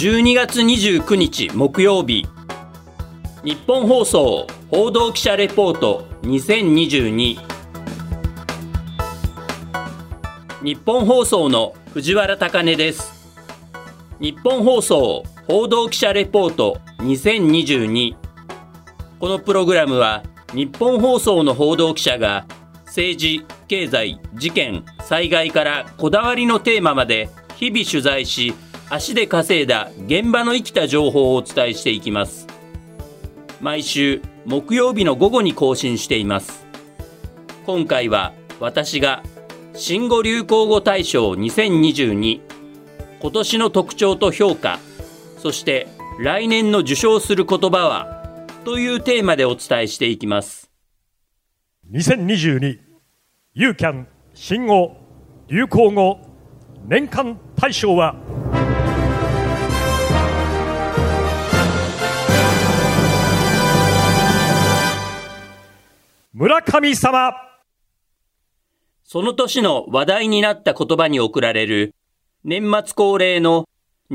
12月29日木曜日、日本放送報道記者レポート2022。日本放送の藤原貴根です。日本放送報道記者レポート2022。このプログラムは日本放送の報道記者が政治、経済、事件、災害からこだわりのテーマまで日々取材し、足で稼いだ現場の生きた情報をお伝えしていきます。毎週木曜日の午後に更新しています。今回は私が新語・流行語大賞2022、今年の特徴と評価、そして来年の受賞する言葉はというテーマでお伝えしていきます。 2022ユーキャン新語・流行語年間大賞は村神様。 その年の話題になった言葉に贈られる年末恒例の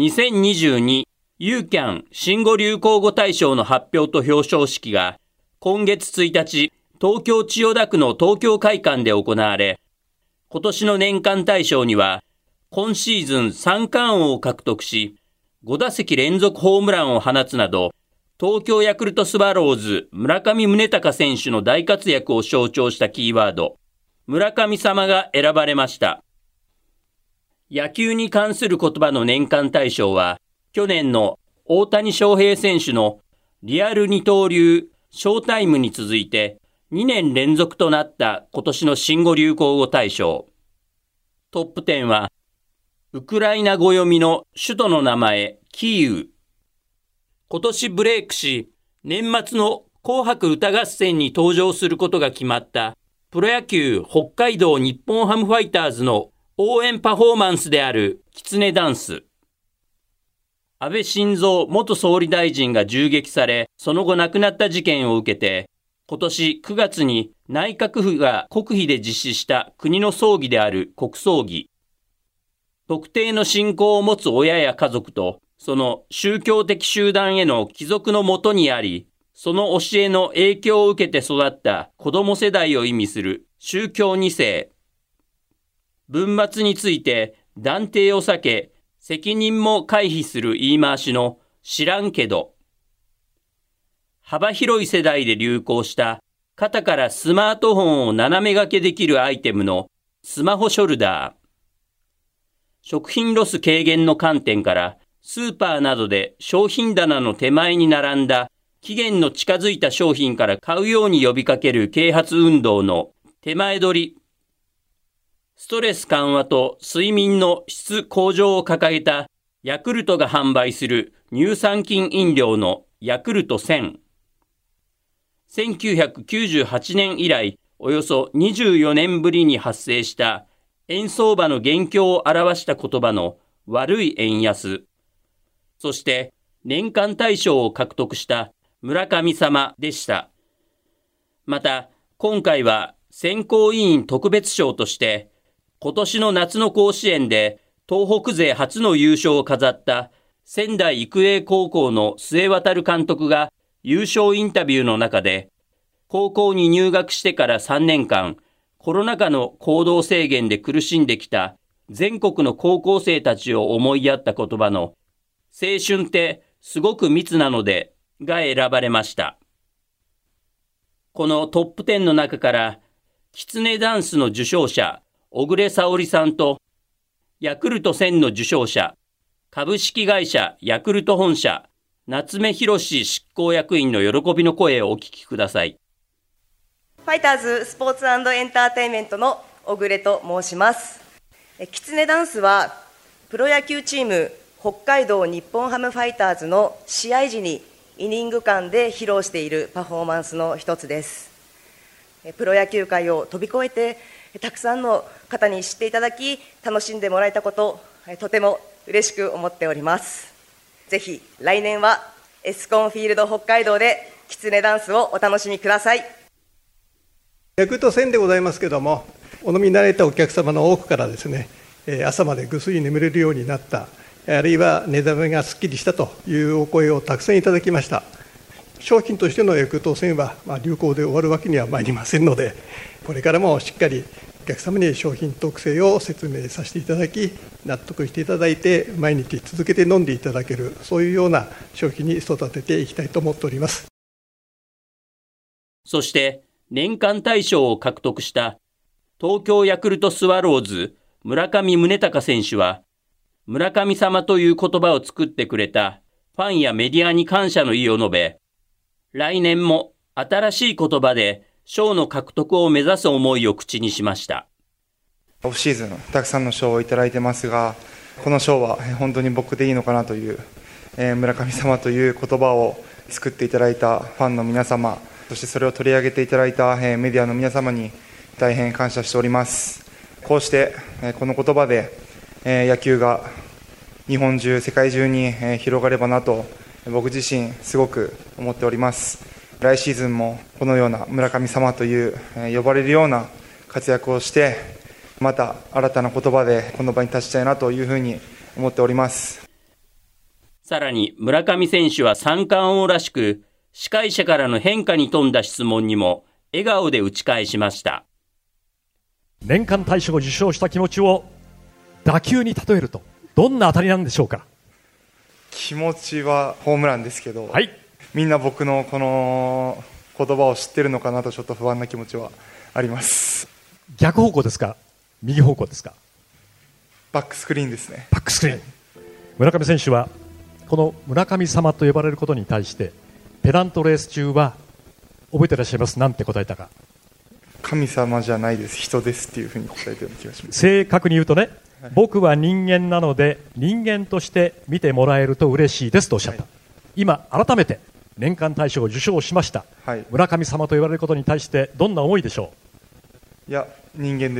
2022ユーキャン新語・流行語大賞の発表と表彰式が今月1日、東京千代田区の東京会館で行われ、今年の年間大賞には今シーズン三冠王を獲得し、5打席連続ホームランを放つなど、東京ヤクルトスワローズ村上宗隆選手の大活躍を象徴したキーワード、村神様が選ばれました。野球に関する言葉の年間大賞は、去年の大谷翔平選手のリアル二刀流ショータイムに続いて2年連続となった今年の新語・流行語大賞。トップ10は、ウクライナ語読みの首都の名前、キーウ。今年ブレイクし、年末の紅白歌合戦に登場することが決まったプロ野球北海道日本ハムファイターズの応援パフォーマンスであるきつねダンス。安倍晋三元総理大臣が銃撃され、その後亡くなった事件を受けて、今年9月に内閣府が国費で実施した国の葬儀である国葬儀。特定の信仰を持つ親や家族と、その宗教的集団への帰属のもとにあり、その教えの影響を受けて育った子供世代を意味する宗教2世。文末について断定を避け、責任も回避する言い回しの知らんけど。幅広い世代で流行した肩からスマートフォンを斜め掛けできるアイテムのスマホショルダー。食品ロス軽減の観点からスーパーなどで商品棚の手前に並んだ期限の近づいた商品から買うように呼びかける啓発運動の手前取り。ストレス緩和と睡眠の質向上を掲げたヤクルトが販売する乳酸菌飲料のヤクルト1000。1998年以来およそ24年ぶりに発生した円相場の現況を表した言葉の悪い円安。そして年間大賞を獲得した村神様でした。また今回は選考委員特別賞として今年の夏の甲子園で東北勢初の優勝を飾った仙台育英高校の須江航監督が優勝インタビューの中で、高校に入学してから3年間、コロナ禍の行動制限で苦しんできた全国の高校生たちを思いやった言葉の青春ってすごく密なのでが選ばれました。このトップ10の中からきつねダンスの受賞者小暮沙織さんとヤクルト1000の受賞者株式会社ヤクルト本社夏目博執行役員の喜びの声をお聞きください。 ファイターズスポーツ&エンターテインメントの小暮と申します。きつねダンスはプロ野球チーム北海道日本ハムファイターズの試合時にイニング間で披露しているパフォーマンスの一つです。プロ野球界を飛び越えてたくさんの方に知っていただき楽しんでもらえたこと、とても嬉しく思っております。ぜひ来年はエスコンフィールド北海道できつねダンスをお楽しみください。 ヤクルト1000でございますけれども、お飲みになられたお客様の多くからですね、朝までぐっすり眠れるようになった、 あるいは寝覚めがすっきりしたというお声をたくさんいただきました。商品としてのヤクルト1000は、流行で終わるわけには参りませんので、これからもしっかりお客様に商品特性を説明させていただき、納得していただいて、毎日続けて飲んでいただける、そういうような商品に育てていきたいと思っております。 そして、年間大賞を獲得した東京ヤクルトスワローズ村上宗隆選手は、村神様という言葉を作ってくれたファンやメディアに感謝の意を述べ、来年も新しい言葉で賞の獲得を目指す思いを口にしました。 オフシーズンたくさんの賞をいただいてますが、この賞は本当に僕でいいのかなという、村神様という言葉を作っていただいたファンの皆様、そしてそれを取り上げていただいたメディアの皆様に大変感謝しております。こうしてこの言葉で野球が日本中、世界中に広がればなと僕自身すごく思っております。来シーズンもこのような村神様という呼ばれるような活躍をして、また新たな言葉でこの場に立ちたいなというふうに思っております。 さらに村上選手は三冠王らしく、司会者からの変化に富んだ質問にも笑顔で打ち返しました。 年間大賞を受賞した気持ちを打球に例えるとどんな当たりなんでしょうか。 気持ちはホームランですけど、 はい、 みんな僕のこの言葉を知ってるのかなとちょっと不安な気持ちはあります。 逆方向ですか、右方向ですか。 バックスクリーンですね。 バックスクリーン、村上選手はこの村神様と呼ばれることに対してペナントレース中は覚えていらっしゃいます。なんて答えたか。 神様じゃないです、人ですっていうふうに答えたような気がします。 正確に言うとね、はい、僕は人間なので人間として見てもらえると嬉しいですとおっしゃった、はい、今改めて年間大賞を受賞しました、はい、村神様と言われることに対してどんな思いでしょう。いや、人間です、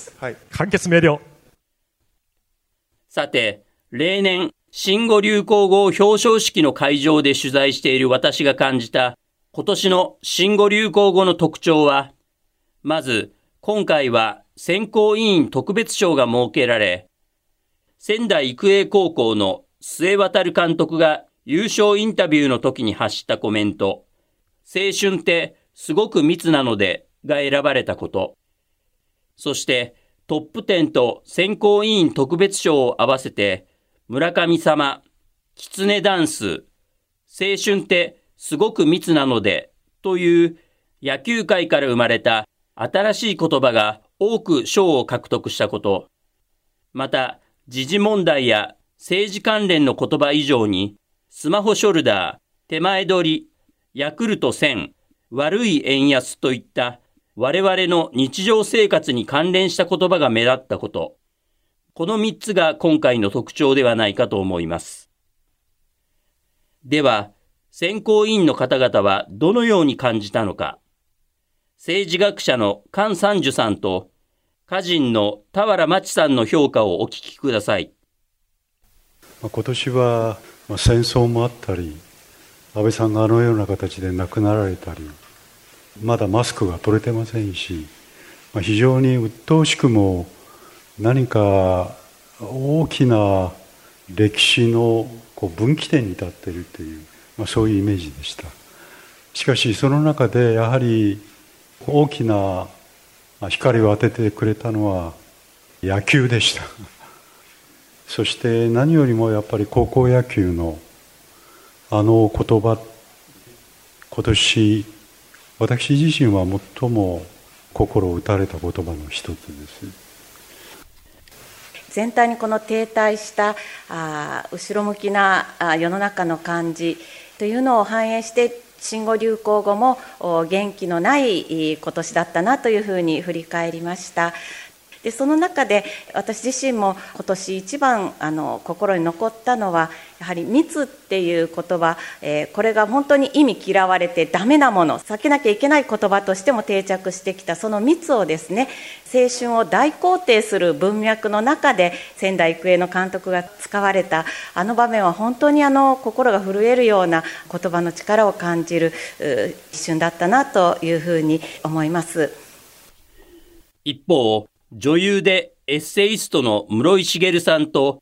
はい、 簡潔明瞭。 さて、例年新語・流行語表彰式の会場で取材している私が感じた今年の新語・流行語の特徴は、まず今回は選考委員特別賞が設けられ、仙台育英高校の須江航監督が優勝インタビューの時に発したコメント、青春ってすごく密なのでが選ばれたこと、そしてトップ10と選考委員特別賞を合わせて、村神様、きつねダンス、青春ってすごく密なのでという野球界から生まれた新しい言葉が多く賞を獲得したこと、また時事問題や政治関連の言葉以上にスマホショルダー、手前取り、ヤクルト1000、悪い円安といった我々の日常生活に関連した言葉が目立ったこと、この3つが今回の特徴ではないかと思います。では、選考委員の方々はどのように感じたのか。政治学者の菅三樹さんと歌人の俵万智さんの評価をお聞きください。 今年は戦争もあったり、安倍さんがあのような形で亡くなられたり、まだマスクが取れてませんし、非常に鬱陶しくも何か大きな歴史の分岐点に立っているという、そういうイメージでした。しかしその中でやはり大きな光を当ててくれたのは野球でした。そして何よりもやっぱり高校野球のあの言葉、今年私自身は最も心を打たれた言葉の一つです。 全体にこの停滞した後ろ向きな世の中の感じというのを反映して、新語・流行語も元気のない今年だったなというふうに振り返りました。でその中で私自身も今年一番心に残ったのは、やはり密っていう言葉、これが本当に意味嫌われてダメなもの、避けなきゃいけない言葉としても定着してきたその密をですね、青春を大肯定する文脈の中で仙台育英の監督が使われたあの場面は本当に心が震えるような言葉の力を感じる一瞬だったなというふうに思います。 一方、女優でエッセイストの室井滋さんと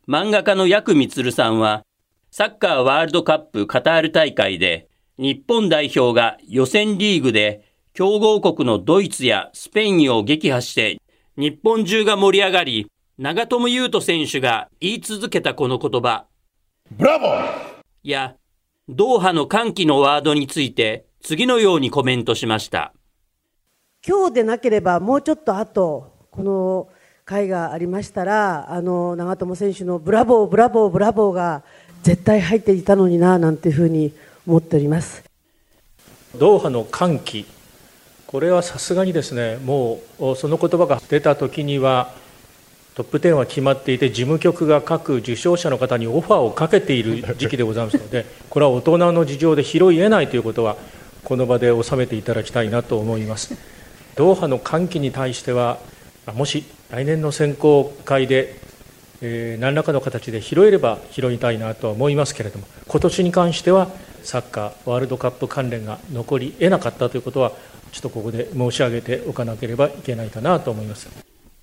漫画家のヤクミツルさんは、サッカーワールドカップカタール大会で、日本代表が予選リーグで強豪国のドイツやスペインを撃破して、日本中が盛り上がり、長友佑都選手が言い続けたこの言葉、ブラボーや、ドーハの歓喜のワードについて、次のようにコメントしました。 今日でなければもうちょっと後、この会がありましたら、長友選手のブラボー、ブラボー、ブラボーが絶対入っていたのにな、なんていうふうに思っております。 ドーハの歓喜、これはさすがにですね、もうその言葉が出た時には、トップ10は決まっていて、事務局が各受賞者の方にオファーをかけている時期でございますので、これは大人の事情で拾い得ないということは、この場で収めていただきたいなと思います。ドーハの歓喜に対しては、もし来年の選考会で、何らかの形で拾えれば拾いたいなとは思いますけれども、今年に関してはサッカーワールドカップ関連が残り得なかったということは、ちょっとここで申し上げておかなければいけないかなと思います。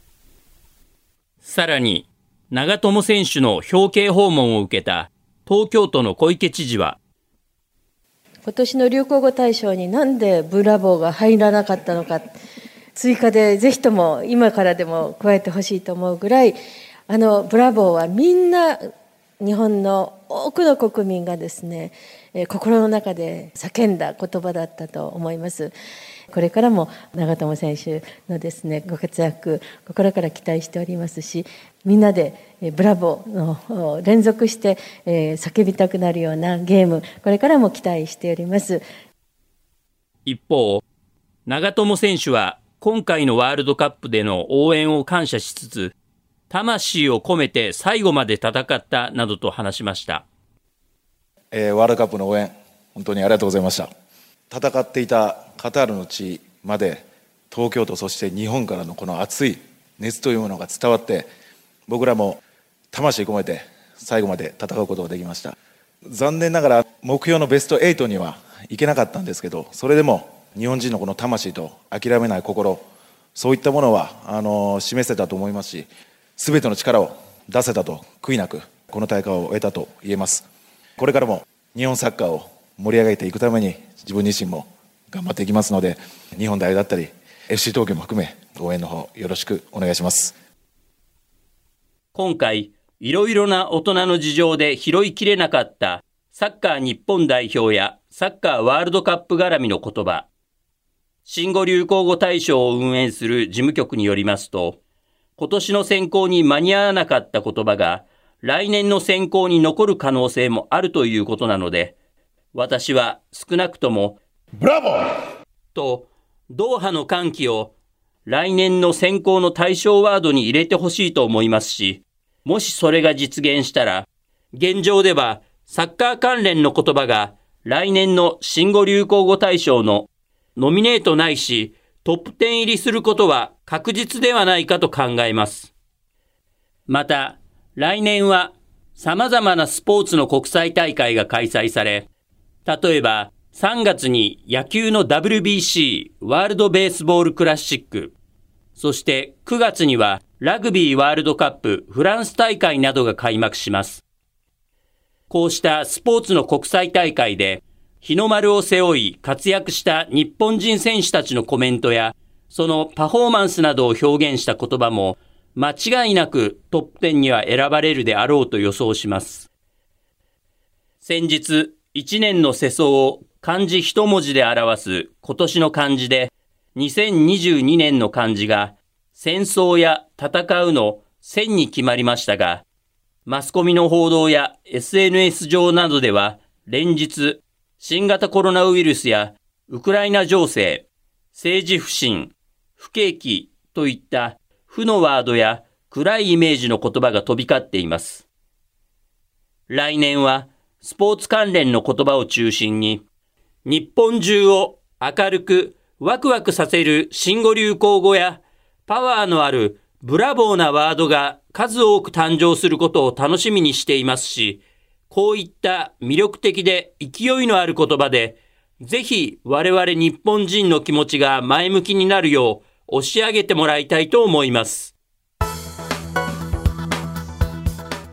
さらに、長友選手の表敬訪問を受けた東京都の小池知事は、 今年の流行語大賞になんでブラボーが入らなかったのか、追加でぜひとも今からでも加えてほしいと思うぐらい、ブラボーはみんな日本の多くの国民がですね、心の中で叫んだ言葉だったと思います。これからも長友選手のですね、ご活躍、心から期待しておりますし、みんなでブラボーの連続して叫びたくなるようなゲーム、これからも期待しております。 一方、長友選手は今回のワールドカップでの応援を感謝しつつ、魂を込めて最後まで戦ったなどと話しました。 ワールドカップの応援、本当にありがとうございました。戦っていたカタールの地まで、東京都、そして日本からのこの熱い熱というものが伝わって、僕らも魂込めて最後まで戦うことができました。残念ながら目標のベスト8にはいけなかったんですけど、それでも日本人のこの魂と諦めない心、そういったものは示せたと思いますし、すべての力を出せたと悔いなくこの大会を終えたと言えます。これからも日本サッカーを盛り上げていくために自分自身も頑張っていきますので、日本代表だったり FC 東京も含め応援の方よろしくお願いします。 今回いろいろな大人の事情で拾いきれなかったサッカー日本代表やサッカーワールドカップ絡みの言葉、新語・流行語大賞を運営する事務局によりますと、今年の選考に間に合わなかった言葉が来年の選考に残る可能性もあるということなので、私は少なくともブラボーとドーハの歓喜を来年の選考の対象ワードに入れてほしいと思いますし、もしそれが実現したら、現状ではサッカー関連の言葉が来年の新語・流行語大賞のノミネートないしトップ10入りすることは確実ではないかと考えます。また、来年は様々なスポーツの国際大会が開催され、例えば3月に野球の WBC ワールドベースボールクラシック、そして9月にはラグビーワールドカップフランス大会などが開幕します。こうしたスポーツの国際大会で日の丸を背負い活躍した日本人選手たちのコメントやそのパフォーマンスなどを表現した言葉も間違いなくトップ10には選ばれるであろうと予想します。先日、1年の世相を漢字一文字で表す今年の漢字で、2022年の漢字が戦争や戦うの戦に決まりましたが、マスコミの報道や SNS 上などでは連日、新型コロナウイルスやウクライナ情勢、政治不信、不景気といった負のワードや暗いイメージの言葉が飛び交っています。来年はスポーツ関連の言葉を中心に、日本中を明るくワクワクさせる新語・流行語やパワーのあるブラボーなワードが数多く誕生することを楽しみにしていますし、こういった魅力的で勢いのある言葉で、ぜひ我々日本人の気持ちが前向きになるよう押し上げてもらいたいと思います。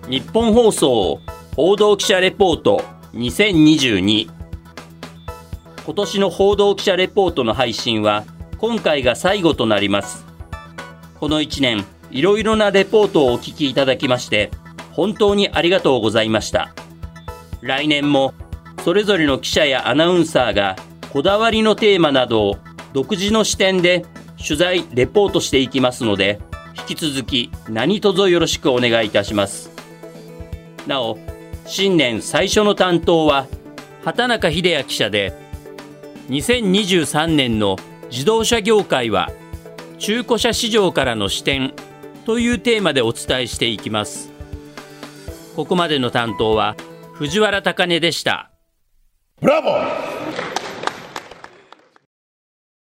日本放送報道記者レポート2022。今年の報道記者レポートの配信は今回が最後となります。この1年、いろいろなレポートをお聞きいただきまして本当にありがとうございました。来年もそれぞれの記者やアナウンサーがこだわりのテーマなどを独自の視点で取材・レポートしていきますので、引き続き何卒よろしくお願いいたします。なお、新年最初の担当は畑中秀也記者で、2023年の自動車業界は中古車市場からの視点というテーマでお伝えしていきます。ここまでの担当は藤原貴根でした。 ブラボー。